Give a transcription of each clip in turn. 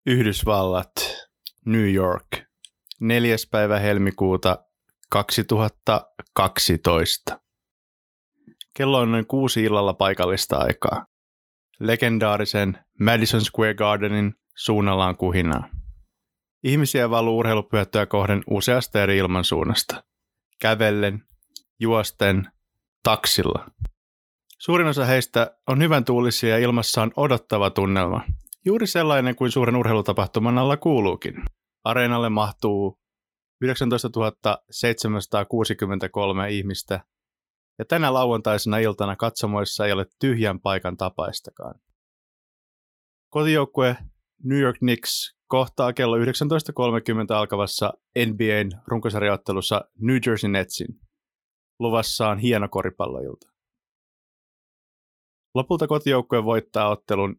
Yhdysvallat, New York, 4. päivä helmikuuta 2012. Kello on noin 6 illalla paikallista aikaa. Legendaarisen Madison Square Gardenin suunnalla on kuhinaa. Ihmisiä valuu urheilupyöttöä kohden useasta eri ilmansuunnasta. Kävellen, juosten, taksilla. Suurin osa heistä on hyvän tuulisia ja ilmassa on odottava tunnelma. Juuri sellainen kuin suuren urheilutapahtuman alla kuuluukin. Areenalle mahtuu 19 763 ihmistä, ja tänä lauantaisena iltana katsomoissa ei ole tyhjän paikan tapaistakaan. Kotijoukkue New York Knicks kohtaa kello 19.30 alkavassa NBA:n runkosarjaottelussa New Jersey Netsin. Luvassa on hieno koripalloilta. Lopulta kotijoukkue voittaa ottelun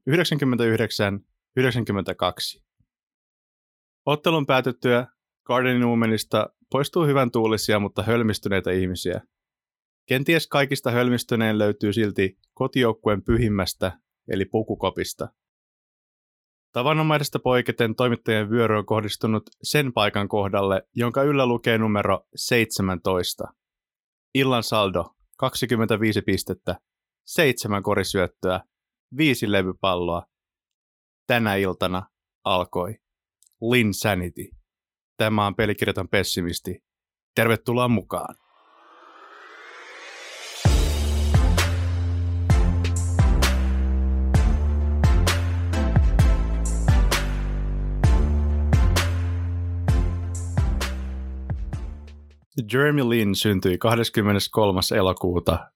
99-92. Ottelun päätyttyä Garden Newmanista poistuu hyvän tuulisia, mutta hölmistyneitä ihmisiä. Kenties kaikista hölmistyneen löytyy silti kotijoukkueen pyhimmästä, eli pukukopista. Tavanomaisesta poiketen toimittajien vyöry on kohdistunut sen paikan kohdalle, jonka yllä lukee numero 17. Illan saldo 25 pistettä, 7 korisyöttöä, 5 levypalloa. Tänä iltana alkoi Linsanity. Tämä on Pelikirjaton pessimisti. Tervetuloa mukaan. Jeremy Lin syntyi 23. elokuuta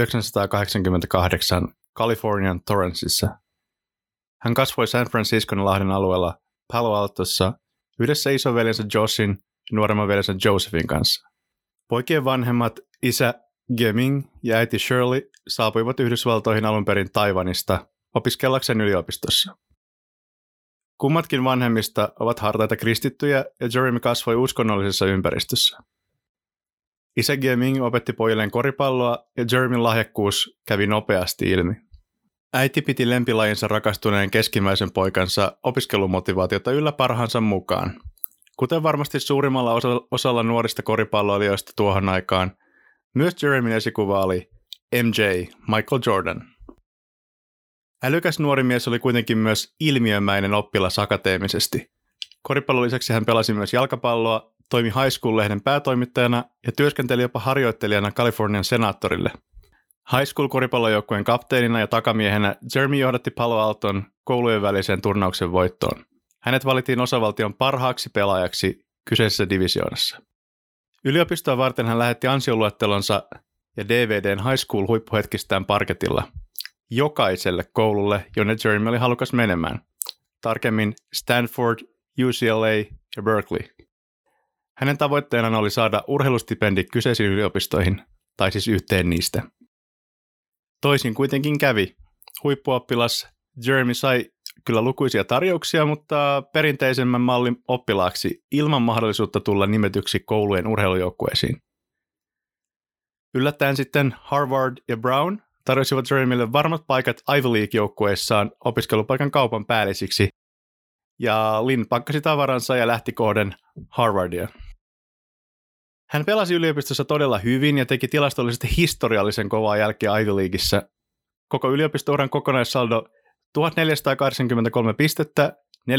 1988 Kalifornian Torranceissa. Hän kasvoi San Franciscon lahden alueella Palo Altossa yhdessä isoveljensä Joshin ja nuoremman veljensä Josephin kanssa. Poikien vanhemmat isä Geming ja äiti Shirley saapuivat Yhdysvaltoihin alun perin Taiwanista opiskellakseen yliopistossa. Kummatkin vanhemmista ovat hartaita kristittyjä ja Jeremy kasvoi uskonnollisessa ympäristössä. Isä Geming opetti pojilleen koripalloa ja Jeremyn lahjakkuus kävi nopeasti ilmi. Äiti piti lempilajinsa rakastuneen keskimmäisen poikansa opiskelumotivaatiota yllä parhaansa mukaan. Kuten varmasti suurimmalla osalla nuorista koripalloilijoista tuohon aikaan, myös Jeremyn esikuva oli MJ, Michael Jordan. Älykäs nuori mies oli kuitenkin myös ilmiömäinen oppilas akateemisesti. Koripallon lisäksi hän pelasi myös jalkapalloa, toimi High School-lehden päätoimittajana ja työskenteli jopa harjoittelijana Kalifornian senaattorille. High School-koripallojoukkueen kapteenina ja takamiehenä Jeremy johdatti Palo Alton koulujen välisen turnauksen voittoon. Hänet valittiin osavaltion parhaaksi pelaajaksi kyseisessä divisioonassa. Yliopistoa varten hän lähetti ansioluettelonsa ja DVDn High School-huippuhetkistään parketilla jokaiselle koululle, jonne Jeremy oli halukas menemään. Tarkemmin Stanford, UCLA ja Berkeley. Hänen tavoitteenaan oli saada urheilustipendi kyseisiin yliopistoihin, tai siis yhteen niistä. Toisin kuitenkin kävi. Huippuoppilas Jeremy sai kyllä lukuisia tarjouksia, mutta perinteisemmän mallin oppilaaksi ilman mahdollisuutta tulla nimetyksi koulujen urheilujoukkueisiin. Yllättäen sitten Harvard ja Brown tarjosivat Jeremylle varmat paikat Ivy League-joukkueissaan opiskelupaikan kaupan päällisiksi, ja Lin pakkasi tavaransa ja lähti kohden Harvardia. Hän pelasi yliopistossa todella hyvin ja teki tilastollisesti historiallisen kovaa jälkeä Ivy Leagueissä. Koko yliopistouran kokonaissaldo 1483 pistettä,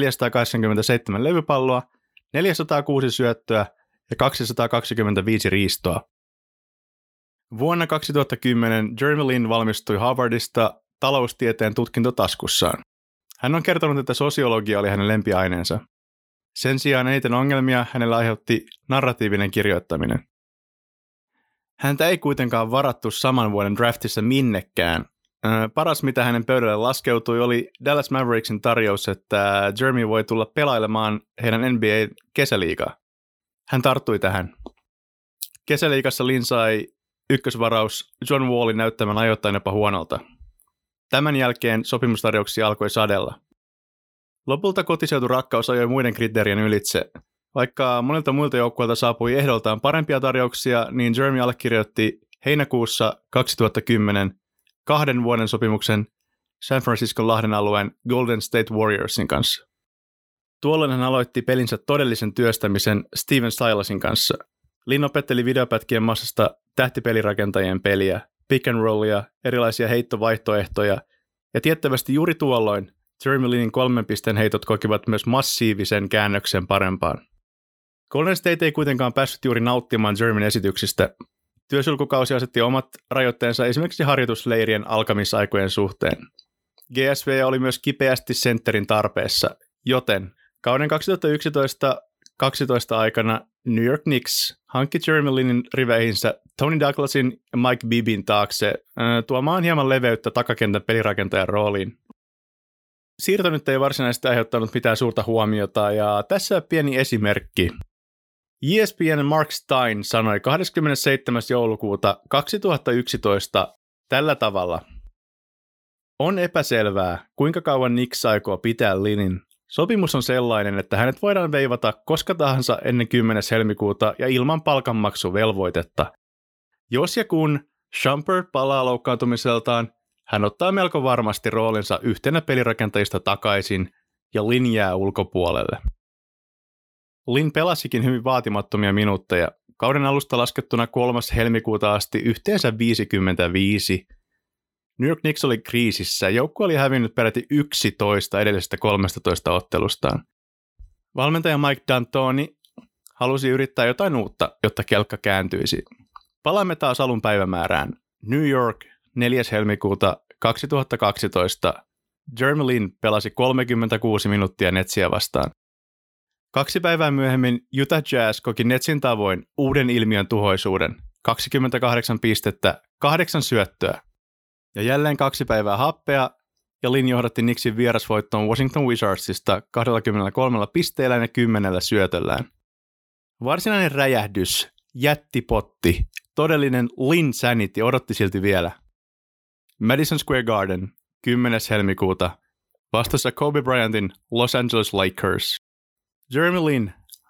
487 levypalloa, 406 syöttöä ja 225 riistoa. Vuonna 2010 Jeremy Lin valmistui Harvardista taloustieteen tutkinto taskussaan. Hän on kertonut, että sosiologia oli hänen lempiaineensa. Sen sijaan eniten ongelmia hänellä aiheutti narratiivinen kirjoittaminen. Häntä ei kuitenkaan varattu saman vuoden draftissa minnekään. Paras, mitä hänen pöydälle laskeutui, oli Dallas Mavericksin tarjous, että Jeremy voi tulla pelailemaan heidän NBA-kesäliigaa. Hän tarttui tähän. Kesäliigassa Lin sai ykkösvaraus John Wallin näyttämän ajoittain jopa huonolta. Tämän jälkeen sopimustarjouksia alkoi sadella. Lopulta kotiseuturakkaus ajoi muiden kriteerien ylitse. Vaikka monilta muilta joukkueilta saapui ehdoltaan parempia tarjouksia, niin Jeremy allekirjoitti heinäkuussa 2010 2 vuoden sopimuksen San Franciscon lahden alueen Golden State Warriorsin kanssa. Tuolloin hän aloitti pelinsä todellisen työstämisen Steven Silasin kanssa. Lin opetteli videopätkien massasta tähtipelirakentajien peliä, pick and rollia, erilaisia heittovaihtoehtoja, ja tiettävästi juuri tuolloin Jeremy Linin 3 pisteen heitot kokivat myös massiivisen käännöksen parempaan. Golden State ei kuitenkaan päässyt juuri nauttimaan Jeremyn esityksistä. Työsulkukausi asetti omat rajoitteensa esimerkiksi harjoitusleirien alkamisaikojen suhteen. GSV oli myös kipeästi sentterin tarpeessa, joten kauden 2011-2012 aikana New York Knicks hankki Jeremy Linin riveihinsä Tony Douglasin ja Mike Bibbin taakse tuomaan hieman leveyttä takakentän pelirakentajan rooliin. Siirto nyt ei varsinaisesti aiheuttanut mitään suurta huomiota, ja tässä pieni esimerkki. ESPN Mark Stein sanoi 27. joulukuuta 2011 tällä tavalla. On epäselvää, kuinka kauan Knicks aikoo pitää Linin. Sopimus on sellainen, että hänet voidaan veivata koska tahansa ennen 10. helmikuuta ja ilman palkanmaksuvelvoitetta. Jos ja kun Shumpert palaa loukkaantumiseltaan, hän ottaa melko varmasti roolinsa yhtenä pelirakentajista takaisin ja Lin jää ulkopuolelle. Lin pelasikin hyvin vaatimattomia minuutteja, kauden alusta laskettuna 3. helmikuuta asti yhteensä 55. New York Knicks oli kriisissä, joukkue oli hävinnyt peräti 11 edellisestä 13 ottelustaan. Valmentaja Mike D'Antoni halusi yrittää jotain uutta, jotta kelkka kääntyisi. Palaamme taas alun päivämäärään. New York, 4. helmikuuta 2012. Jeremy Lin pelasi 36 minuuttia Netsiä vastaan. 2 päivää myöhemmin Utah Jazz koki Netsin tavoin uuden ilmiön tuhoisuuden. 28 pistettä, 8 syöttöä. Ja jälleen 2 päivää happea, ja Lin johdatti Knicksin vierasvoittoon Washington Wizardsista 23 pisteellä ja 10 syötöllään. Varsinainen räjähdys, jättipotti, todellinen Lin sanity odotti silti vielä. Madison Square Garden, 10. helmikuuta, vastassa Kobe Bryantin Los Angeles Lakers. Jeremy Lin,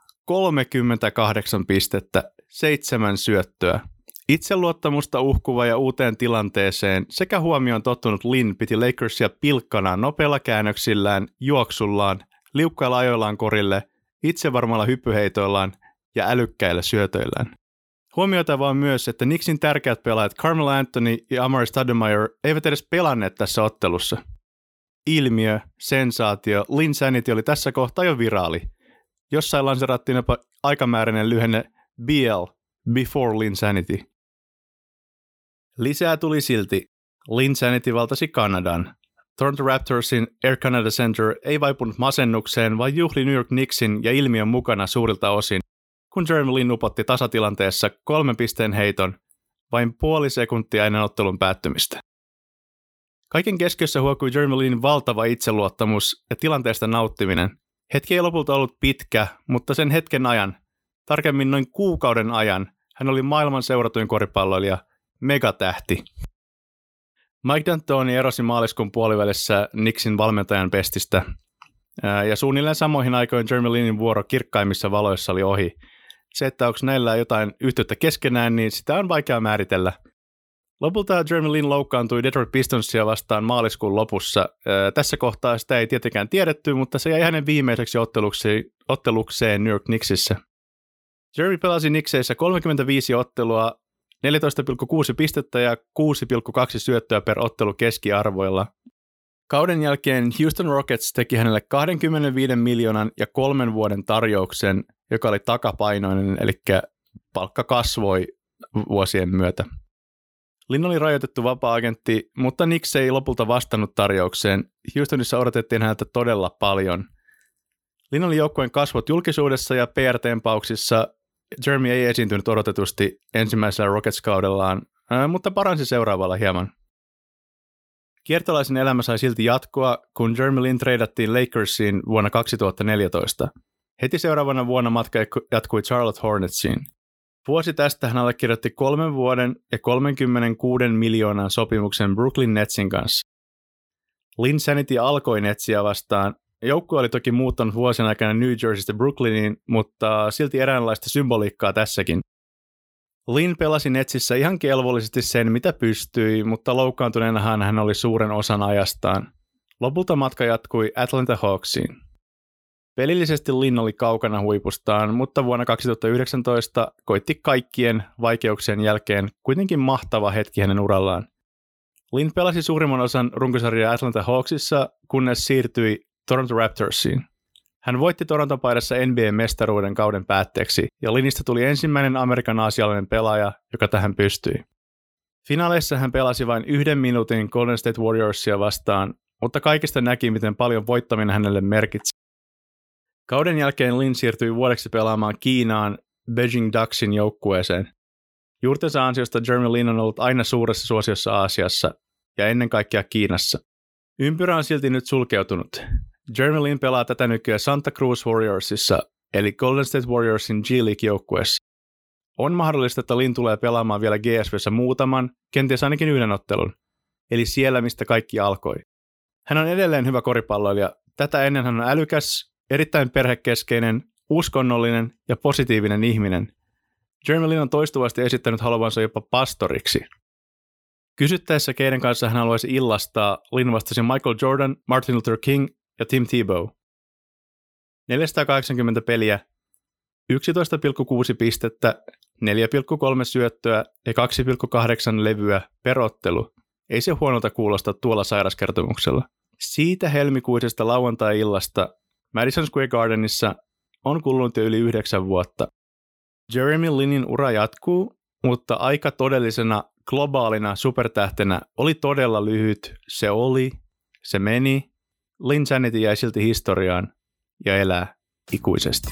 38 pistettä, 7 syöttöä. Itseluottamusta uhkuva ja uuteen tilanteeseen sekä huomioon tottunut Lin piti Lakersia pilkkanaan nopeilla käännöksillään, juoksullaan, liukkailla ajoillaan korille, itsevarmalla hyppyheitoillaan ja älykkäillä syötöillään. Huomioitavaa on myös, että Knicksin tärkeät pelaajat Carmelo Anthony ja Amari Stoudemire eivät edes pelanneet tässä ottelussa. Ilmiö, sensaatio, Lin sanity oli tässä kohtaa jo viraali. Jossain lanserattiin jopa aikamääräinen lyhenne BL, Before Lin Sanity. Lisää tuli silti. Lin Sanity valtasi Kanadan. Toronto Raptorsin Air Canada Center ei vaipunut masennukseen, vaan juhli New York Knicksin ja ilmiön mukana suurilta osin, kun Jeremy Lin upotti tasatilanteessa 3 pisteen heiton vain puoli sekuntia ennen ottelun päättymistä. Kaiken keskiössä huokui Jeremy Linin valtava itseluottamus ja tilanteesta nauttiminen. Hetki ei lopulta ollut pitkä, mutta sen hetken ajan, tarkemmin noin kuukauden ajan, hän oli maailman seuratuin koripalloilija, megatähti. Mike D'Antoni erosi maaliskuun puolivälissä Knicksin valmentajan pestistä, ja suunnilleen samoihin aikoihin Jeremy Linin vuoro kirkkaimmissa valoissa oli ohi. Se, että onko näillä jotain yhteyttä keskenään, niin sitä on vaikea määritellä. Lopulta Jeremy Lin loukkaantui Detroit Pistonsia vastaan maaliskuun lopussa. Tässä kohtaa sitä ei tietenkään tiedetty, mutta se jäi hänen viimeiseksi ottelukseen New York Knicksissä. Jeremy pelasi Knickseissä 35 ottelua, 14,6 pistettä ja 6,2 syöttöä per ottelu keskiarvoilla. Kauden jälkeen Houston Rockets teki hänelle 25 miljoonan ja 3 vuoden tarjouksen, joka oli takapainoinen, eli palkka kasvoi vuosien myötä. Lin oli rajoitettu vapaa-agentti, mutta Knicks ei lopulta vastannut tarjoukseen. Houstonissa odotettiin häneltä todella paljon. Lin oli joukkueen kasvot julkisuudessa ja PR-tempauksissa. Jeremy ei esiintynyt odotetusti ensimmäisellä Rockets-kaudellaan, mutta paransi seuraavalla hieman. Kiertolaisen elämä sai silti jatkoa, kun Jeremy Lin treidattiin Lakersiin vuonna 2014. Heti seuraavana vuonna matka jatkui Charlotte Hornetsiin. Vuosi tästä hän allekirjoitti 3 vuoden ja 36 miljoonan sopimuksen Brooklyn Netsin kanssa. Lin sanity alkoi Netsiä vastaan. Joukkue oli toki muuttanut vuosien aikana New Jerseystä Brooklyniin, mutta silti eräänlaista symboliikkaa tässäkin. Lin pelasi Netsissä ihan kelvollisesti sen, mitä pystyi, mutta loukkaantuneenahan hän oli suuren osan ajastaan. Lopulta matka jatkui Atlanta Hawksiin. Pelillisesti Lynn oli kaukana huipustaan, mutta vuonna 2019 koitti kaikkien vaikeuksien jälkeen kuitenkin mahtava hetki hänen urallaan. Lynn pelasi suurimman osan runkosarjaa Atlanta Hawksissa, kunnes siirtyi Toronto Raptorsiin. Hän voitti Toronton paidassa NBA-mestaruuden kauden päätteeksi, ja Lynnistä tuli ensimmäinen amerikan-aasialainen pelaaja, joka tähän pystyi. Finaaleissa hän pelasi vain 1 minuutin Golden State Warriorsia vastaan, mutta kaikista näki, miten paljon voittaminen hänelle merkitsi. Kauden jälkeen Lynn siirtyi vuodeksi pelaamaan Kiinaan Beijing Ducksin joukkueeseen. Juurtensa ansiosta Jeremy Lin on ollut aina suuressa suosiossa Aasiassa ja ennen kaikkea Kiinassa. Ympyrä on silti nyt sulkeutunut. Jeremy Lin pelaa tätä nykyään Santa Cruz Warriorsissa, eli Golden State Warriorsin G-League-joukkueessa. On mahdollista, että Lin tulee pelaamaan vielä GSV:ssä muutaman, kenties ainakin yhden ottelun, eli siellä, mistä kaikki alkoi. Hän on edelleen hyvä koripalloilija. Tätä ennen hän on älykäs, erittäin perhekeskeinen, uskonnollinen ja positiivinen ihminen. Jeremy Lin on toistuvasti esittänyt haluavansa jopa pastoriksi. Kysyttäessä, keiden kanssa hän haluaisi illastaa, Lin vastasi Michael Jordan, Martin Luther King ja Tim Tebow. 480 peliä, 11,6 pistettä, 4,3 syöttöä ja 2,8 levyä per ottelu. Ei se huonolta kuulosta tuolla sairaskertomuksella. Siitä helmikuisesta lauantai-illasta Madison Square Gardenissa on kulunut jo yli 9 vuotta. Jeremy Linin ura jatkuu, mutta aika todellisena globaalina supertähtenä oli todella lyhyt. Se meni. Lin Sanity jäi silti historiaan ja elää ikuisesti.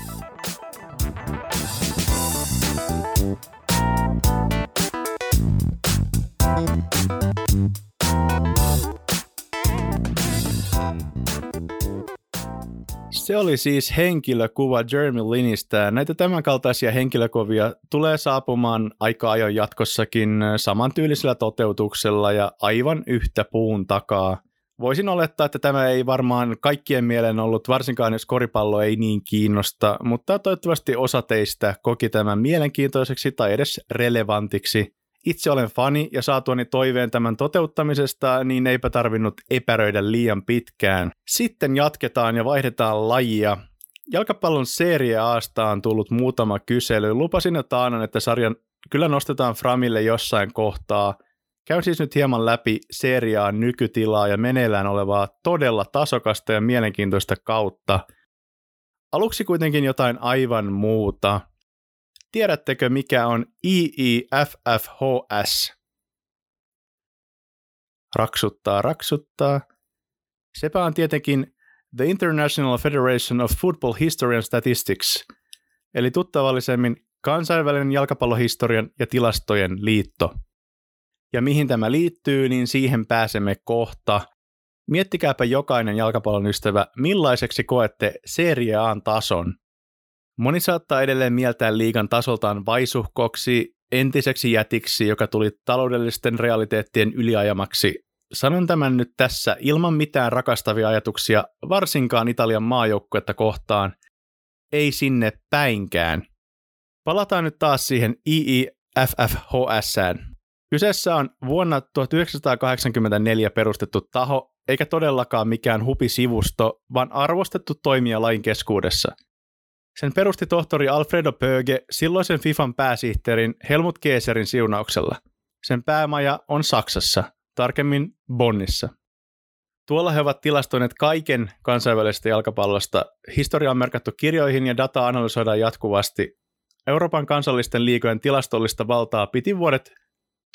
Se oli siis henkilökuva Jeremy Linistä. Näitä tämänkaltaisia henkilökuvia tulee saapumaan aika ajoin jatkossakin samantyylisellä toteutuksella ja aivan yhtä puun takaa. Voisin olettaa, että tämä ei varmaan kaikkien mieleen ollut, varsinkaan jos koripallo ei niin kiinnosta, mutta toivottavasti osa teistä koki tämän mielenkiintoiseksi tai edes relevantiksi. Itse olen fani ja saatuani toiveen tämän toteuttamisesta, niin eipä tarvinnut epäröidä liian pitkään. Sitten jatketaan ja vaihdetaan lajia. Jalkapallon Serie A:sta on tullut muutama kysely. Lupasin jo taannoin, että sarjan kyllä nostetaan Framille jossain kohtaa. Käyn siis nyt hieman läpi Serie A:n nykytilaa ja meneillään olevaa todella tasokasta ja mielenkiintoista kautta. Aluksi kuitenkin jotain aivan muuta. Tiedättekö, mikä on IIFFHS? Raksuttaa. Sepä on tietenkin The International Federation of Football History and Statistics, eli tuttavallisemmin kansainvälinen jalkapallohistorian ja tilastojen liitto. Ja mihin tämä liittyy, niin siihen pääsemme kohta. Miettikääpä jokainen jalkapallon ystävä, millaiseksi koette Serie A:n tason. Moni saattaa edelleen mieltää liigan tasoltaan vaisuhkoksi, entiseksi jätiksi, joka tuli taloudellisten realiteettien yliajamaksi. Sanon tämän nyt tässä ilman mitään rakastavia ajatuksia, varsinkaan Italian maajoukkuetta kohtaan. Ei sinne päinkään. Palataan nyt taas siihen IIFFHS:ään. Kyseessä on vuonna 1984 perustettu taho, eikä todellakaan mikään hupisivusto, vaan arvostettu toimija lajin keskuudessa. Sen perusti tohtori Alfredo Pöge silloisen FIFAn pääsihteerin Helmut Käserin siunauksella. Sen päämaja on Saksassa, tarkemmin Bonnissa. Tuolla he ovat tilastoineet kaiken kansainvälisestä jalkapallosta. Historia on merkattu kirjoihin ja dataa analysoidaan jatkuvasti. Euroopan kansallisten liigojen tilastollista valtaa piti vuodet 1991-2006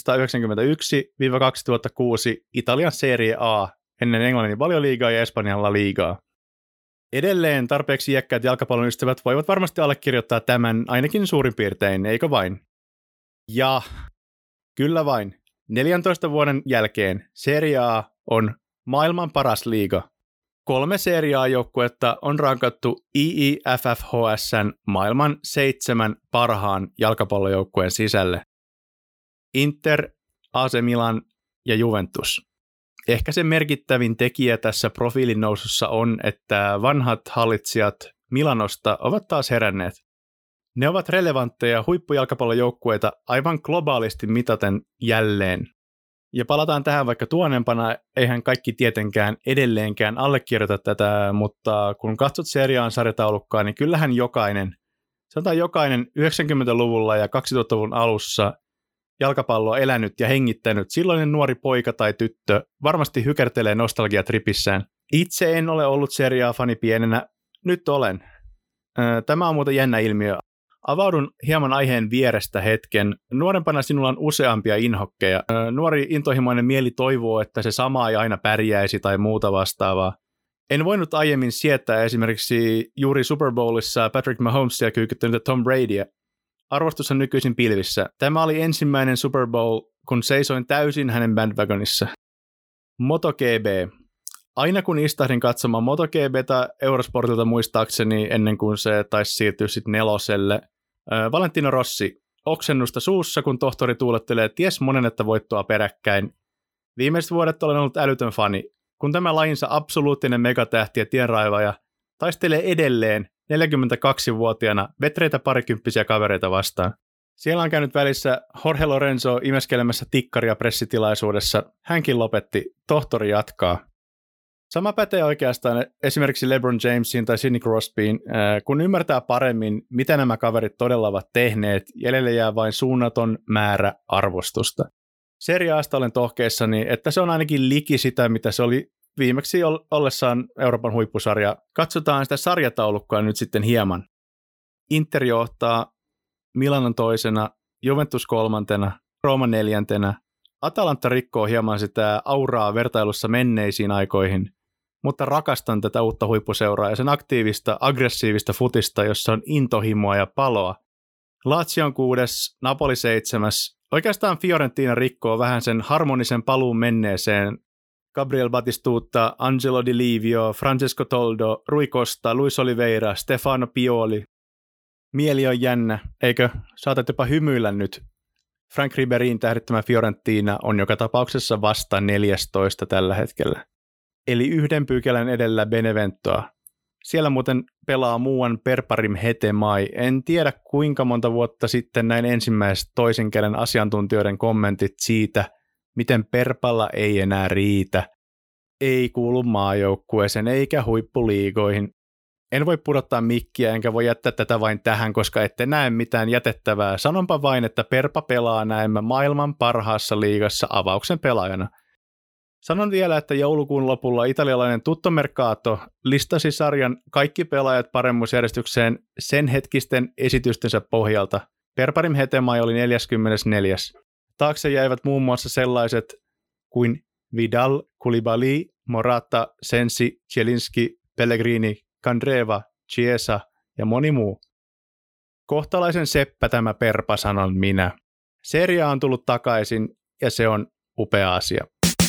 Italian Serie A ennen Englannin Valioliigaa ja Espanjan La Ligaa. Edelleen tarpeeksi iäkkäät jalkapallon ystävät voivat varmasti allekirjoittaa tämän ainakin suurin piirtein, eikö vain? Ja kyllä vain. 14 vuoden jälkeen Serie A on maailman paras liiga. 3 Serie A-joukkuetta on rankattu IIFFHS:n maailman 7 parhaan jalkapallojoukkueen sisälle. Inter, AC Milan ja Juventus. Ehkä se merkittävin tekijä tässä profiilin nousussa on, että vanhat hallitsijat Milanosta ovat taas heränneet. Ne ovat relevantteja huippujalkapallojoukkueita aivan globaalisti mitaten jälleen. Ja palataan tähän vaikka tuonempana, eihän kaikki tietenkään edelleenkään allekirjoita tätä, mutta kun katsot seriaan sarjataulukkaa, niin kyllähän jokainen 90-luvulla ja 2000-luvun alussa jalkapalloa elänyt ja hengittänyt silloinen nuori poika tai tyttö varmasti hykertelee nostalgiatripissään. Itse en ole ollut seriaa fani pienenä, nyt olen. Tämä on muuten jännä ilmiö. Avaudun hieman aiheen vierestä hetken. Nuorempana sinulla on useampia inhokkeja. Nuori intohimoinen mieli toivoo, että se sama ei aina pärjäisi tai muuta vastaavaa. En voinut aiemmin sietää esimerkiksi juuri Super Bowlissa Patrick Mahomesia kyykyttänyt Tom Bradyä. Arvostus on nykyisin pilvissä. Tämä oli ensimmäinen Super Bowl, kun seisoin täysin hänen bandwagonissa. MotoGP. Aina kun istahdin katsomaan MotoGPtä Eurosportilta muistaakseni ennen kuin se taisi siirtyä sitten 4. Valentino Rossi. Oksennusta suussa, kun tohtori tuulettelee ties monennetta voittoa peräkkäin. Viimeiset vuodet olen ollut älytön fani. Kun tämä lajinsa absoluuttinen megatähti ja tienraivaja taistelee edelleen 42-vuotiaana vetreitä parikymppisiä kavereita vastaan. Siellä on käynyt välissä Jorge Lorenzo imeskelemässä tikkaria pressitilaisuudessa. Hänkin lopetti. Tohtori jatkaa. Sama pätee oikeastaan esimerkiksi LeBron Jamesiin tai Sidney Crosbyin. Kun ymmärtää paremmin, mitä nämä kaverit todella ovat tehneet, jäljelle jää vain suunnaton määrä arvostusta. Seriaasta olen tohkeissani, että se on ainakin liki sitä, mitä se oli viimeksi ollessaan Euroopan huippusarja. Katsotaan sitä sarjataulukkoa nyt sitten hieman. Inter johtaa, Milan on 2, Juventus 3, Rooma 4. Atalanta rikkoo hieman sitä auraa vertailussa menneisiin aikoihin, mutta rakastan tätä uutta huippuseuraa ja sen aktiivista, aggressiivista futista, jossa on intohimoa ja paloa. Lazio on 6, Napoli 7. Oikeastaan Fiorentina rikkoo vähän sen harmonisen paluun menneeseen. Gabriel Batistuta, Angelo Di Livio, Francesco Toldo, Rui Costa, Luis Oliveira, Stefano Pioli. Mieli on jännä, eikö? Saatat jopa hymyillä nyt. Frank Riberin tähdittämä Fiorentina on joka tapauksessa vasta 14 tällä hetkellä. Eli 1 pykälän edellä Beneventoa. Siellä muuten pelaa muuan Perparim Hetemai. En tiedä kuinka monta vuotta sitten näin ensimmäiset toisen kielen asiantuntijoiden kommentit siitä, miten Perpalla ei enää riitä. Ei kuulu maajoukkueeseen eikä huippuliigoihin. En voi pudottaa mikkiä enkä voi jättää tätä vain tähän, koska ette näe mitään jätettävää. Sanonpa vain, että Perpa pelaa näemmä maailman parhaassa liigassa avauksen pelaajana. Sanon vielä, että joulukuun lopulla italialainen Tutto Mercato listasi sarjan kaikki pelaajat paremmuusjärjestykseen sen hetkisten esitystensä pohjalta. Perparim Hetemai oli 44. Taakse jäivät muun muassa sellaiset kuin Vidal, Koulibaly, Morata, Sensi, Zielinski, Pellegrini, Kandreva, Chiesa ja moni muu. Kohtalaisen seppä tämä Perpa, sanon minä. Seria on tullut takaisin ja se on upea asia.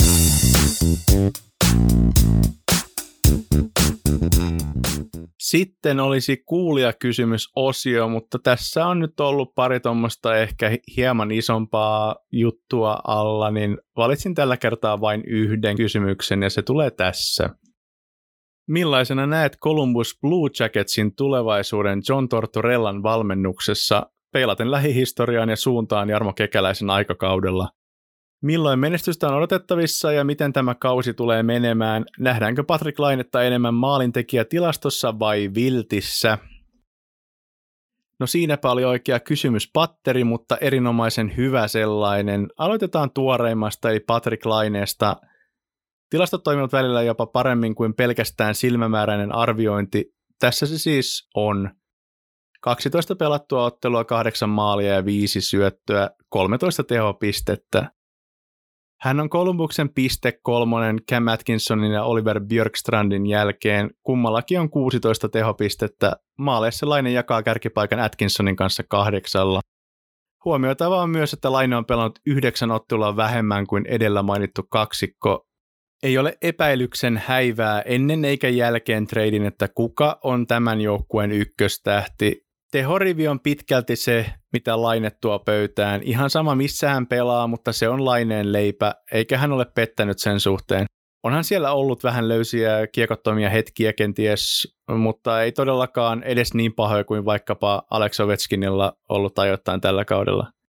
Sitten olisi kuulijakysymysosio, mutta tässä on nyt ollut pari tuommoista ehkä hieman isompaa juttua alla, niin valitsin tällä kertaa vain yhden kysymyksen ja se tulee tässä. Millaisena näet Columbus Blue Jacketsin tulevaisuuden John Tortorellan valmennuksessa peilaten lähihistoriaan ja suuntaan Jarmo Kekäläisen aikakaudella? Milloin menestystä on odotettavissa ja miten tämä kausi tulee menemään? Nähdäänkö Patrick Lainetta enemmän maalintekijätilastossa vai viltissä? No siinäpä oli oikea kysymyspatteri, mutta erinomaisen hyvä sellainen. Aloitetaan tuoreimmasta eli Patrick Laineesta. Tilastot toimivat välillä jopa paremmin kuin pelkästään silmämääräinen arviointi. Tässä se siis on. 12 pelattua ottelua, 8 maalia ja 5 syöttöä, 13 tehopistettä. Hän on Columbuksen piste 3 Cam Atkinsonin ja Oliver Björkstrandin jälkeen. Kummallakin on 16 tehopistettä. Maaleissa Laine jakaa kärkipaikan Atkinsonin kanssa 8. Huomioitavaa on myös, että Laine on pelannut 9 ottelua vähemmän kuin edellä mainittu kaksikko. Ei ole epäilyksen häivää ennen eikä jälkeen treidin, että kuka on tämän joukkueen ykköstähti. Tehorivi on pitkälti se, mitä Laine tuo pöytään. Ihan sama missä hän pelaa, mutta se on Laineen leipä, eikä hän ole pettänyt sen suhteen. Onhan siellä ollut vähän löysiä kiekottomia hetkiä kenties, mutta ei todellakaan edes niin pahoja kuin vaikkapa Alex Ovechkinilla ollut ajoittain tällä kaudella.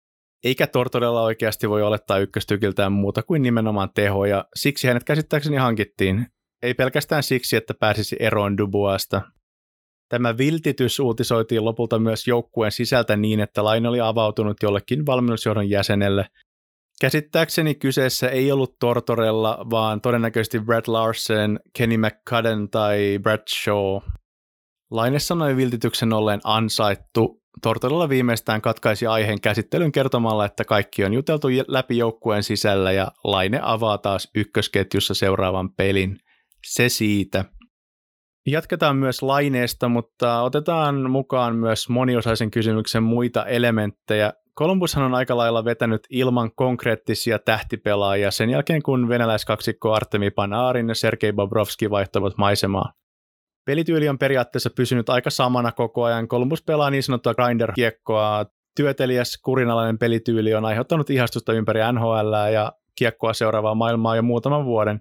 eikä Tortorella oikeasti voi olettaa ykköstykiltään muuta kuin nimenomaan teho, ja siksi hänet käsittääkseni hankittiin. Ei pelkästään siksi, että pääsisi eroon Duboisista. Tämä viltitys uutisoitiin lopulta myös joukkueen sisältä niin, että Laine oli avautunut jollekin valmennusjohdon jäsenelle. Käsittääkseni kyseessä ei ollut Tortorella, vaan todennäköisesti Brad Larsen, Kenny McCudden tai Brad Shaw. Laine sanoi viltityksen olleen ansaittu. Tortorella viimeistään katkaisi aiheen käsittelyn kertomalla, että kaikki on juteltu läpi joukkueen sisällä ja Laine avaa taas ykkösketjussa seuraavan pelin. Se siitä. Jatketaan myös Laineesta, mutta otetaan mukaan myös moniosaisen kysymyksen muita elementtejä. Columbushan on aika lailla vetänyt ilman konkreettisia tähtipelaajia sen jälkeen, kun venäläiskaksikko Artemi Panarin ja Sergei Bobrovski vaihtoivat maisemaa. Pelityyli on periaatteessa pysynyt aika samana koko ajan. Columbus pelaa niin sanottua grinder-kiekkoa. Työteliäs kurinalainen pelityyli on aiheuttanut ihastusta ympäri NHL:ää ja kiekkoa seuraavaa maailmaa jo muutaman vuoden.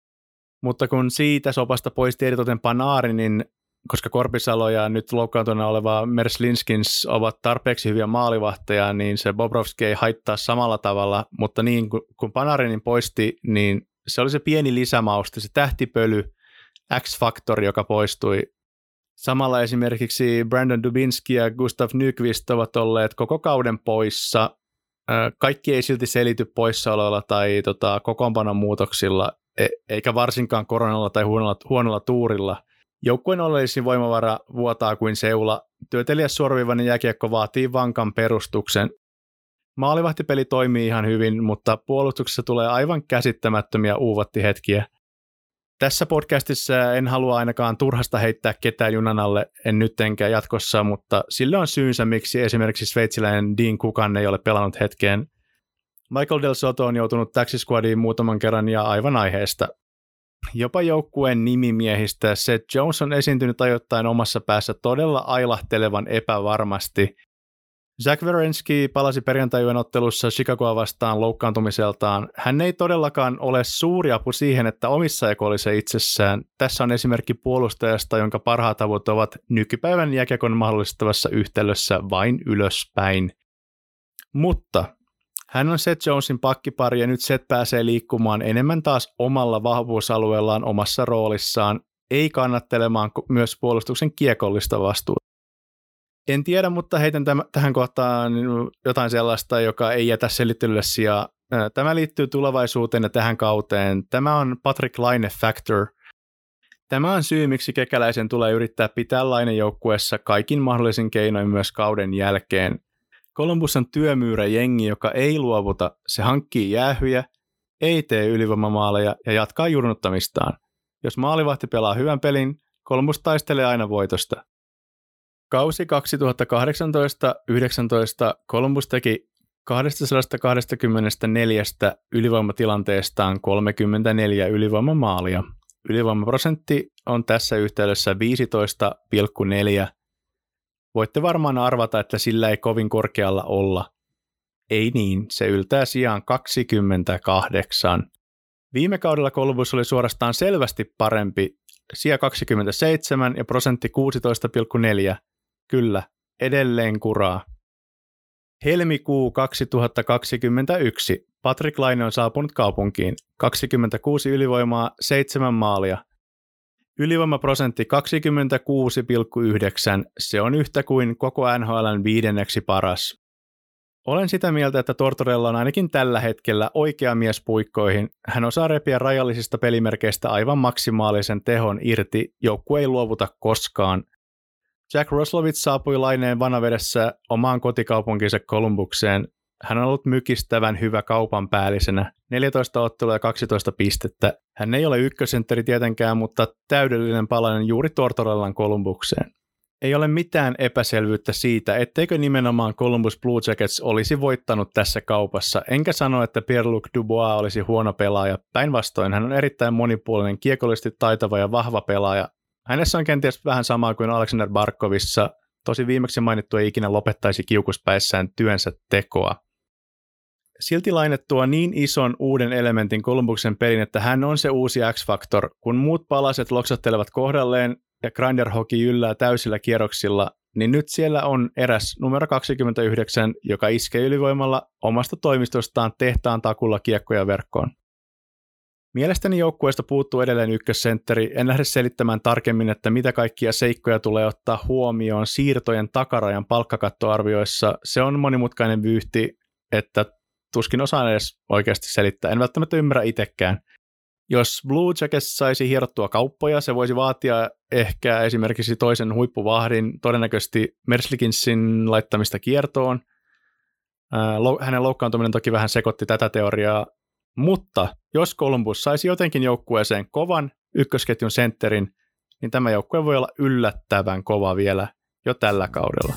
Mutta kun siitä sopasta poisti eritoten Panarinin, koska Korpisalo ja nyt loukkaantuna oleva Merslinskins ovat tarpeeksi hyviä maalivahteja, niin se Bobrovski ei haittaa samalla tavalla, mutta niin kun Panarinin poisti, niin se oli se pieni lisämauste, se tähtipöly, X-faktori, joka poistui. Samalla esimerkiksi Brandon Dubinsky ja Gustav Nyqvist ovat olleet koko kauden poissa. Kaikki ei silti selity poissaoloilla tai kokoonpanon muutoksilla, eikä varsinkaan koronalla tai huonolla tuurilla. Joukkueen oleellisin voimavara vuotaa kuin seula. Työteliäs suoraviivainen jääkiekko vaatii vankan perustuksen. Maalivahtipeli toimii ihan hyvin, mutta puolustuksessa tulee aivan käsittämättömiä uuvottihetkiä. Tässä podcastissa en halua ainakaan turhasta heittää ketään junan alle, en nyt enkä jatkossa, mutta sillä on syynsä, miksi esimerkiksi sveitsiläinen Dean Kukan ei ole pelannut hetkeen. Michael Del Soto on joutunut Taxi Squadiin muutaman kerran ja aivan aiheesta. Jopa joukkueen nimimiehistä Seth Jones on esiintynyt ajoittain omassa päässä todella ailahtelevan epävarmasti. Zach Werenski palasi perjantai-yön ottelussa Chicagoa vastaan loukkaantumiseltaan. Hän ei todellakaan ole suuri apu siihen, että omissa ekollisissa itsessään. Tässä on esimerkki puolustajasta, jonka parhaat avut ovat nykypäivän jääkiekon mahdollistavassa yhtälössä vain ylöspäin. Mutta hän on Seth Jonesin pakkipari ja nyt Seth pääsee liikkumaan enemmän taas omalla vahvuusalueellaan omassa roolissaan, ei kannattelemaan myös puolustuksen kiekollista vastuuta. En tiedä, mutta heitän tähän kohtaan jotain sellaista, joka ei jätä selittelylle sijaa. Tämä liittyy tulevaisuuteen ja tähän kauteen. Tämä on Patrik Laine factor. Tämä on syy, miksi kekäläisen tulee yrittää pitää Laine joukkueessa kaikin mahdollisin keinoin myös kauden jälkeen. Columbus on työmyyräjengi, joka ei luovuta. Se hankkii jäähyjä, ei tee ylivoimamaaleja ja jatkaa jurnuttamistaan. Jos maalivahti pelaa hyvän pelin, Columbus taistelee aina voitosta. Kausi 2018-19 Columbus teki 224 ylivoimatilanteestaan 34 ylivoimamaalia. Ylivoimaprosentti on tässä yhteydessä 15,4. Voitte varmaan arvata, että sillä ei kovin korkealla olla. Ei niin, se yltää sijaan 28. Viime kaudella Columbus oli suorastaan selvästi parempi, sija 27 ja prosentti 16,4. Kyllä, edelleen kuraa. Helmikuu 2021. Patrik Laine on saapunut kaupunkiin. 26 ylivoimaa, 7 maalia. Ylivoimaprosentti 26,9. Se on yhtä kuin koko NHL:n 5. paras. Olen sitä mieltä, että Tortorella on ainakin tällä hetkellä oikea mies puikkoihin. Hän osaa repiä rajallisista pelimerkeistä aivan maksimaalisen tehon irti. Joukkue ei luovuta koskaan. Jack Roslovich saapui Laineen vanavedessä omaan kotikaupunkinsa Columbukseen. Hän on ollut mykistävän hyvä kaupan päällisenä. 14 ottelua ja 12 pistettä. Hän ei ole ykkösentteri tietenkään, mutta täydellinen palanen juuri Tortorellan Columbukseen. Ei ole mitään epäselvyyttä siitä, etteikö nimenomaan Columbus Blue Jackets olisi voittanut tässä kaupassa. Enkä sano, että Pierre-Luc Dubois olisi huono pelaaja. Päinvastoin hän on erittäin monipuolinen, kiekollisesti taitava ja vahva pelaaja. Hänessä on kenties vähän samaa kuin Alexander Barkovissa. Tosi viimeksi mainittu ei ikinä lopettaisi kiukuspäissään työnsä tekoa. Silti Laine tuo niin ison uuden elementin Columbuksen pelin, että hän on se uusi X-Factor. Kun muut palaset loksattelevat kohdalleen ja Grinder Hockey yllää täysillä kierroksilla, niin nyt siellä on eräs numero 29, joka iskee ylivoimalla omasta toimistostaan tehtaan takulla kiekkoja verkkoon. Mielestäni joukkueesta puuttuu edelleen ykkössentteri. En lähde selittämään tarkemmin, että mitä kaikkia seikkoja tulee ottaa huomioon siirtojen takarajan palkkakattoarvioissa. Se on monimutkainen vyyhti, että tuskin osaan edes oikeasti selittää. En välttämättä ymmärrä itsekään. Jos Blue Jackets saisi hierottua kauppoja, se voisi vaatia ehkä esimerkiksi toisen huippuvahdin, todennäköisesti Merzlikinsin laittamista kiertoon. Hänen loukkaantuminen toki vähän sekoitti tätä teoriaa, mutta jos Columbus saisi jotenkin joukkueeseen kovan ykkösketjun sentterin, niin tämä joukkue voi olla yllättävän kova vielä jo tällä kaudella.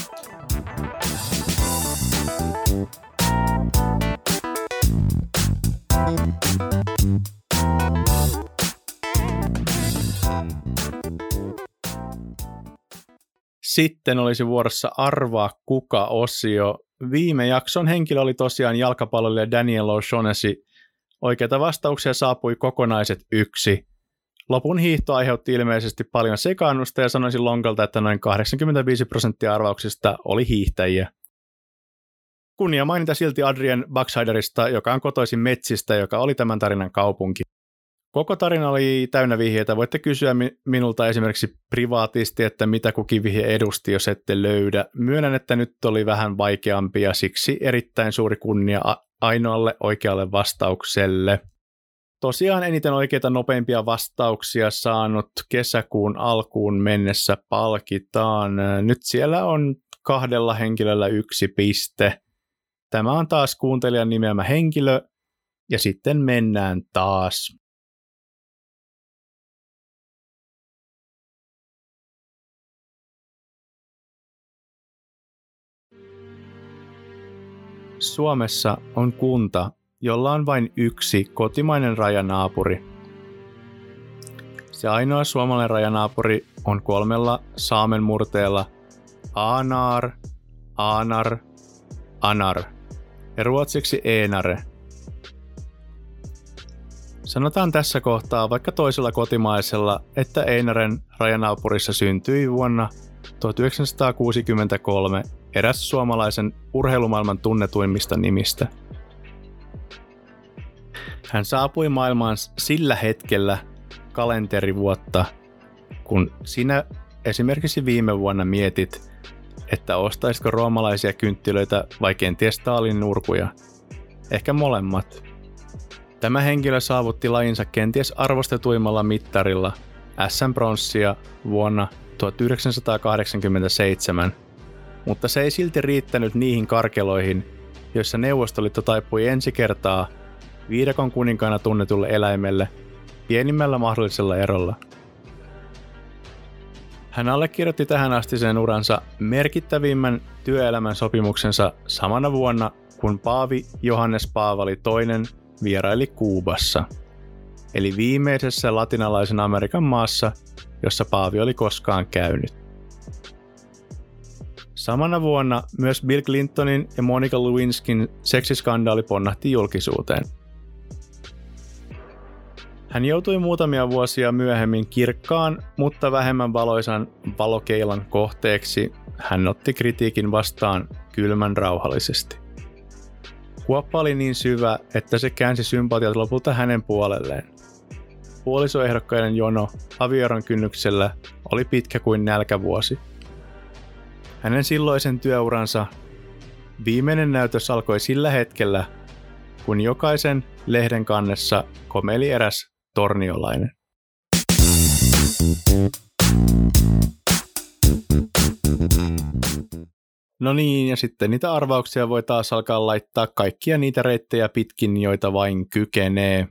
Sitten olisi vuorossa Arvaa kuka-osio. Viime jakson henkilö oli tosiaan jalkapalloilija Daniel O'Shaughnessy. Oikeita vastauksia saapui kokonaiset 1. Lopun hiihto aiheutti ilmeisesti paljon sekaannusta ja sanoisin lonkalta, että noin 85% arvauksista oli hiihtäjiä. Kunnia mainita silti Adrian Buxhiderista, joka on kotoisin Metsistä, joka oli tämän tarinan kaupunki. Koko tarina oli täynnä vihjeitä. Voitte kysyä minulta esimerkiksi privaatisti, että mitä kukin vihje edusti, jos ette löydä. Myönnän, että nyt oli vähän vaikeampi ja siksi erittäin suuri kunnia ainoalle oikealle vastaukselle. Tosiaan eniten oikeita nopeimpia vastauksia saanut kesäkuun alkuun mennessä palkitaan. Nyt siellä on 2 henkilöllä 1 piste. Tämä on taas kuuntelijan nimeämä henkilö ja sitten mennään taas. Suomessa on kunta, jolla on vain 1 kotimainen rajanaapuri. Se ainoa suomalainen rajanaapuri on 3 saamen murteella Anar, Anar, Anar ja ruotsiksi Enare. Sanotaan tässä kohtaa vaikka toisella kotimaisella, että Einaren rajanaapurissa syntyi vuonna 1963 eräs suomalaisen urheilumaailman tunnetuimmista nimistä. Hän saapui maailmaan sillä hetkellä kalenterivuotta, kun sinä esimerkiksi viime vuonna mietit, että ostaisitko roomalaisia kynttilöitä vai kenties Stalinin urkuja. Ehkä molemmat. Tämä henkilö saavutti lajinsa kenties arvostetuimmalla mittarilla SM-pronssia vuonna 1987, mutta se ei silti riittänyt niihin karkeloihin, joissa Neuvostoliitto taipui ensi kertaa viidakon kuninkaana tunnetulle eläimelle pienimmällä mahdollisella erolla. Hän allekirjoitti tähän asti sen uransa merkittävimmän työelämän sopimuksensa samana vuonna, kun paavi Johannes Paavali II vieraili Kuubassa, eli viimeisessä latinalaisen Amerikan maassa, jossa paavi oli koskaan käynyt. Samana vuonna myös Bill Clintonin ja Monica Lewinskin seksiskandaali ponnahti julkisuuteen. Hän joutui muutamia vuosia myöhemmin kirkkaan, mutta vähemmän valoisan valokeilan kohteeksi. Hän otti kritiikin vastaan kylmän rauhallisesti. Kuoppa oli niin syvä, että se käänsi sympatiat lopulta hänen puolelleen. Puolisoehdokkaiden jono avioeron kynnyksellä oli pitkä kuin nälkävuosi. Hänen silloisen työuransa viimeinen näytös alkoi sillä hetkellä, kun jokaisen lehden kannessa komeli eräs torniolainen. No niin, ja sitten niitä arvauksia voi taas alkaa laittaa kaikkia niitä reittejä pitkin, joita vain kykenee.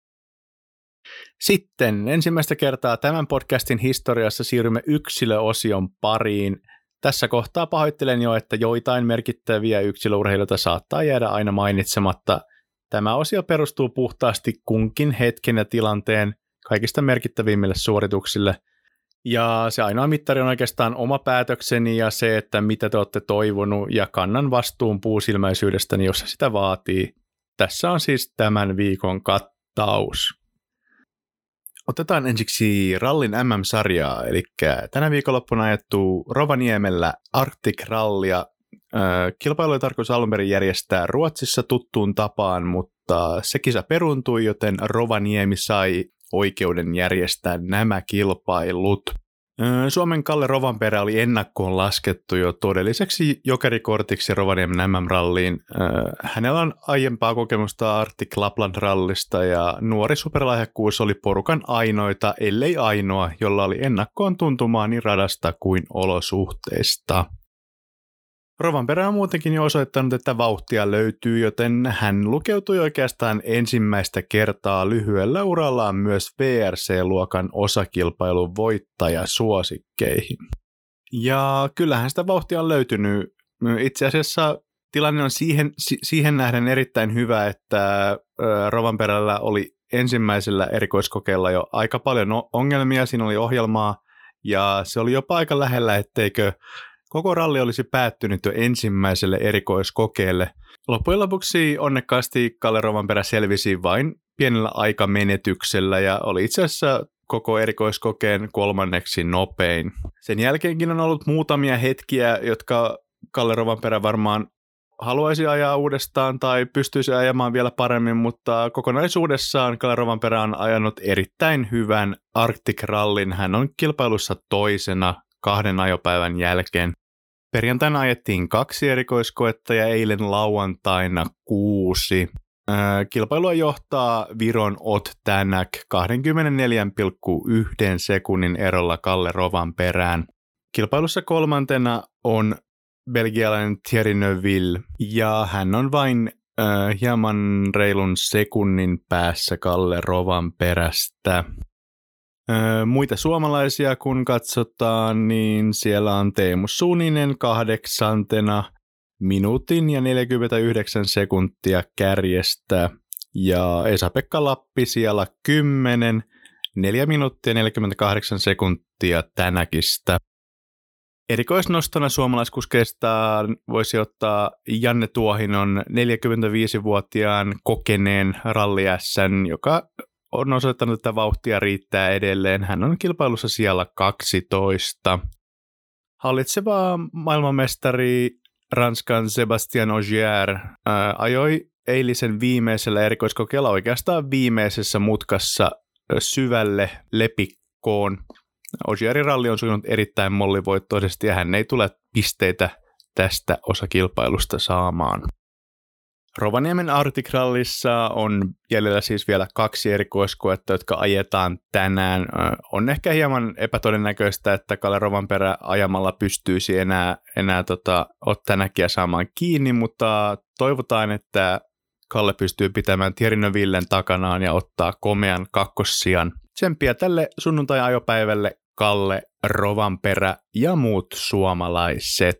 Sitten ensimmäistä kertaa tämän podcastin historiassa siirrymme yksilöosion pariin. Tässä kohtaa pahoittelen jo, että joitain merkittäviä yksilöurheilijoita saattaa jäädä aina mainitsematta. Tämä osio perustuu puhtaasti kunkin hetken ja tilanteen kaikista merkittävimmille suorituksille. Ja se ainoa mittari on oikeastaan oma päätökseni ja se, että mitä te olette toivonut ja kannan vastuun puusilmäisyydestäni, jos se sitä vaatii. Tässä on siis tämän viikon kattaus. Otetaan ensiksi rallin MM-sarjaa, eli tänä viikonloppuna ajettu Rovaniemellä Arctic Rallia. Kilpailu oli tarkoitus alun perin järjestää Ruotsissa tuttuun tapaan, mutta se kisa peruuntui, joten Rovaniemi sai oikeuden järjestää nämä kilpailut. Suomen Kalle Rovanperä oli ennakkoon laskettu jo todelliseksi jokerikortiksi Rovaniemen MM-ralliin. Hänellä on aiempaa kokemusta Arctic Lapland-rallista ja nuori superlahjakkuus oli porukan ainoita, ellei ainoa, jolla oli ennakkoon tuntumaa niin radasta kuin olosuhteista. Rovanperä on muutenkin jo osoittanut, että vauhtia löytyy, joten hän lukeutui oikeastaan ensimmäistä kertaa lyhyellä urallaan myös VRC-luokan osakilpailun voittajasuosikkeihin. Ja kyllähän sitä vauhtia on löytynyt. Itse asiassa tilanne on siihen nähden erittäin hyvä, että Rovanperällä oli ensimmäisellä erikoiskokeella jo aika paljon ongelmia. Siinä oli ohjelmaa ja se oli jopa aika lähellä, etteikö koko ralli olisi päättynyt jo ensimmäiselle erikoiskokeelle. Loppujen lopuksi onnekkaasti Kalle Rovanperä selvisi vain pienellä aikamenetyksellä ja oli itse asiassa koko erikoiskokeen 3. nopein. Sen jälkeenkin on ollut muutamia hetkiä, jotka Kalle Rovanperä varmaan haluaisi ajaa uudestaan tai pystyisi ajamaan vielä paremmin, mutta kokonaisuudessaan Kalle Rovanperä on ajanut erittäin hyvän Arctic Rallin. Hän on kilpailussa toisena 2 ajopäivän jälkeen. Perjantaina ajettiin 2 erikoiskoetta ja eilen lauantaina 6. Kilpailua johtaa Viron Ott Tänak 24,1 sekunnin erolla Kalle Rovanperään. Kilpailussa 3. on belgialainen Thierry Neuville ja hän on vain hieman reilun sekunnin päässä Kalle Rovanperästä. Muita suomalaisia kun katsotaan, niin siellä on Teemu Suninen 8. minuutin ja 49 sekuntia kärjestä ja Esa-Pekka Lappi siellä 10, 4 minuuttia 48 sekuntia Tänäkistä. Erikoisnostona suomalaiskuskeista voisi ottaa Janne Tuohinon 45-vuotiaan kokeneen ralliässän, joka on osoittanut, että vauhtia riittää edelleen. Hän on kilpailussa siellä 12. Hallitseva maailmanmestari Ranskan Sébastien Ogier ajoi eilisen viimeisellä erikoiskokeella oikeastaan viimeisessä mutkassa syvälle lepikkoon. Ogierin ralli on sujunut erittäin mollivoittoisesti ja hän ei tule pisteitä tästä osakilpailusta saamaan. Rovaniemen Arctic Rallissa on jäljellä siis vielä 2 erikoiskoetta, jotka ajetaan tänään. On ehkä hieman epätodennäköistä, että Kalle Rovanperä ajamalla pystyisi enää Ott Tänakia saamaan kiinni, mutta toivotaan, että Kalle pystyy pitämään Thierry Neuvillen takanaan ja ottaa komean kakkossijan. Tsemppiä tälle sunnuntai-ajopäivälle Kalle Rovanperä ja muut suomalaiset.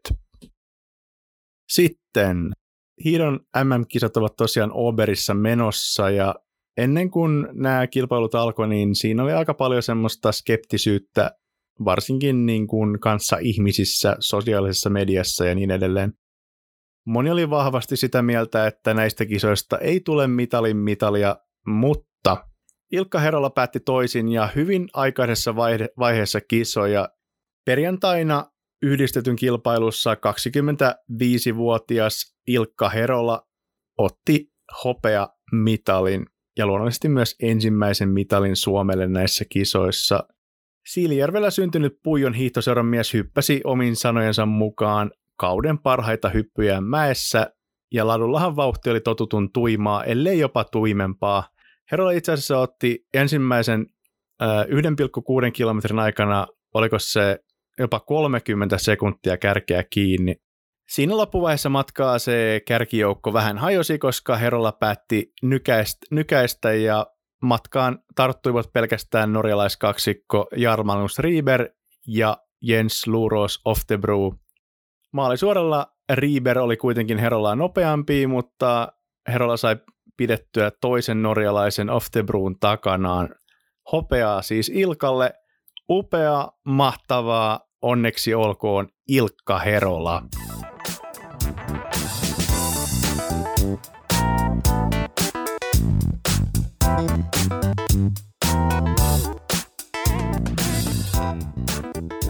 Sitten hiidon MM-kisat ovat tosiaan Oberissa menossa ja ennen kuin nämä kilpailut alkoi, niin siinä oli aika paljon semmoista skeptisyyttä, varsinkin niin kuin kanssa ihmisissä, sosiaalisessa mediassa ja niin edelleen. Moni oli vahvasti sitä mieltä, että näistä kisoista ei tule mitalia, mutta Ilkka Herola päätti toisin ja hyvin aikaisessa vaiheessa kisoja. Perjantaina yhdistetyn kilpailussa 25-vuotias Ilkka Herola otti hopeamitalin ja luonnollisesti myös ensimmäisen mitalin Suomelle näissä kisoissa. Siilijärvellä syntynyt Puijon hiihtoseuran mies hyppäsi omin sanojensa mukaan kauden parhaita hyppyjä mäessä ja ladullahan vauhti oli totutun tuimaa, ellei jopa tuimempaa. Herola itse asiassa otti ensimmäisen 1,6 kilometrin aikana, oliko se jopa 30 sekuntia kärkeä kiinni. Siinä loppuvaiheessa matkaa se kärkijoukko vähän hajosi, koska Herola päätti nykäistä ja matkaan tarttuivat pelkästään norjalaiskaksikko Jarl Magnus Rieber ja Jens Luros Oftebro. Maalisuoralla Rieber oli kuitenkin Herolaa nopeampi, mutta Herola sai pidettyä toisen norjalaisen Oftebroon takanaan. Hopeaa siis Ilkalle. Upea, mahtavaa, onneksi olkoon Ilkka Herola.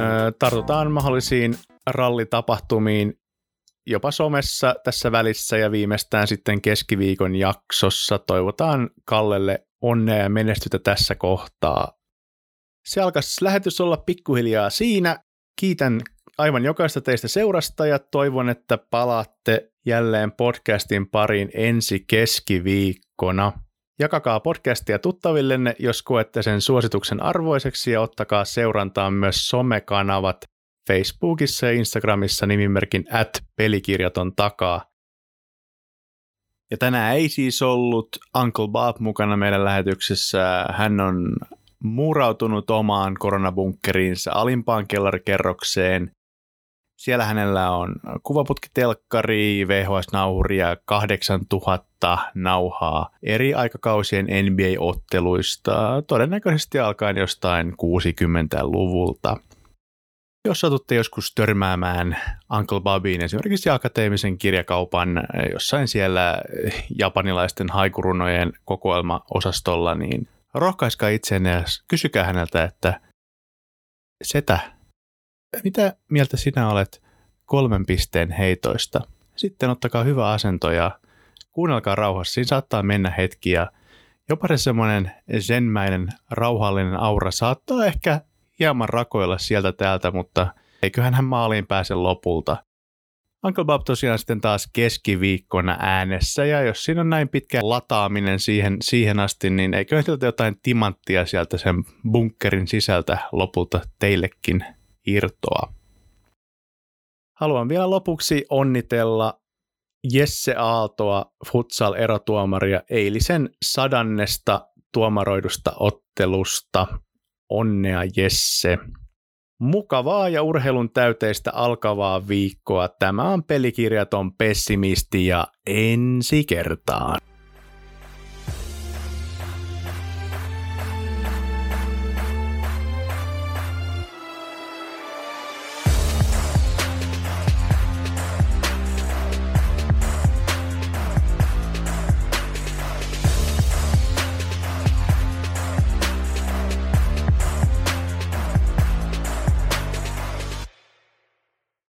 Tartutaan mahdollisiin rallitapahtumiin jopa somessa tässä välissä ja viimeistään sitten keskiviikon jaksossa. Toivotaan Kallelle onnea ja menestystä tässä kohtaa. Se alkaisi lähetys olla pikkuhiljaa siinä. Kiitän aivan jokaista teistä seurasta ja toivon, että palaatte jälleen podcastin pariin ensi keskiviikkona. Jakakaa podcastia tuttavillenne, jos koette sen suosituksen arvoiseksi ja ottakaa seurantaan myös somekanavat Facebookissa ja Instagramissa nimimerkin @pelikirjaton takaa. Ja tänään ei siis ollut Uncle Bob mukana meidän lähetyksessä. Hän on muurautunut omaan koronabunkeriinsa alimpaan kellarikerrokseen. Siellä hänellä on kuvaputkitelkkari, VHS-nauhuri ja 8000 nauhaa eri aikakausien NBA-otteluista, todennäköisesti alkaen jostain 60-luvulta. Jos satutte joskus törmäämään Uncle Bobiin esimerkiksi akateemisen kirjakaupan jossain siellä japanilaisten haikurunojen kokoelmaosastolla, niin rohkaiskaa itseenne ja kysykää häneltä, että setä, mitä mieltä sinä olet 3 pisteen heitoista? Sitten ottakaa hyvä asento ja kuunnelkaa rauhassa. Siinä saattaa mennä hetki ja jopa se semmoinen zenmäinen, rauhallinen aura saattaa ehkä hieman rakoilla sieltä täältä, mutta eiköhän hän maaliin pääse lopulta. Uncle Bob tosiaan sitten taas keskiviikkona äänessä, ja jos siinä on näin pitkä lataaminen siihen asti, niin eiköhän sieltä jotain timanttia sieltä sen bunkkerin sisältä lopulta teillekin irtoa. Haluan vielä lopuksi onnitella Jesse Aaltoa, futsal-erotuomaria, eilisen 100. tuomaroidusta ottelusta. Onnea Jesse. Mukavaa ja urheilun täyteistä alkavaa viikkoa. Tämä on Pelikirjaton pessimisti ja ensi kertaan.